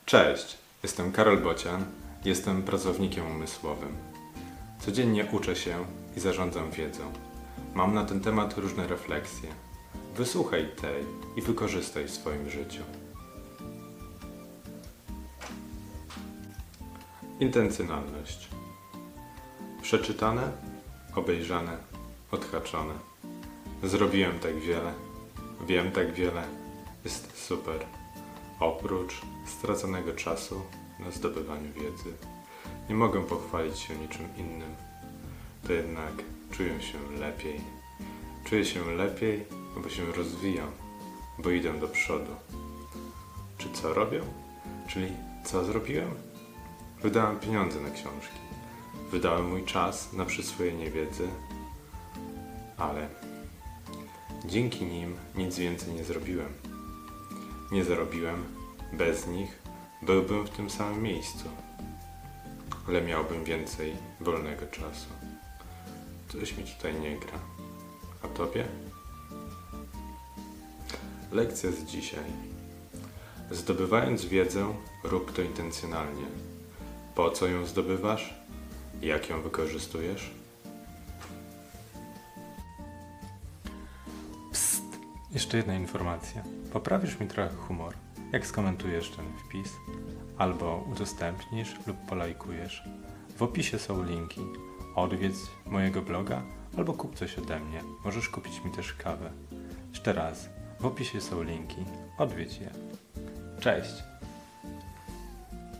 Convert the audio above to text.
Cześć, jestem Karol Bocian, jestem pracownikiem umysłowym. Codziennie uczę się i zarządzam wiedzą. Mam na ten temat różne refleksje. Wysłuchaj tej i wykorzystaj w swoim życiu. Intencjonalność. Przeczytane, obejrzane, odhaczone. Zrobiłem tak wiele, wiem tak wiele, jest super. Oprócz straconego czasu na zdobywaniu wiedzy, nie mogę pochwalić się niczym innym. To jednak czuję się lepiej. Czuję się lepiej, bo się rozwijam, bo idę do przodu. Czy co robię? Czyli co zrobiłem? Wydałem pieniądze na książki. Wydałem mój czas na przyswojenie wiedzy, ale dzięki nim nic więcej nie zrobiłem. Nie zarobiłem, bez nich byłbym w tym samym miejscu, ale miałbym więcej wolnego czasu. Coś mi tutaj nie gra. A tobie? Lekcja z dzisiaj. Zdobywając wiedzę, rób to intencjonalnie. Po co ją zdobywasz? Jak ją wykorzystujesz? Psst! Jeszcze jedna informacja. Poprawisz mi trochę humor, jak skomentujesz ten wpis, albo udostępnisz lub polajkujesz. W opisie są linki. Odwiedź mojego bloga albo kup coś ode mnie. Możesz kupić mi też kawę. Jeszcze raz, w opisie są linki. Odwiedź je. Cześć!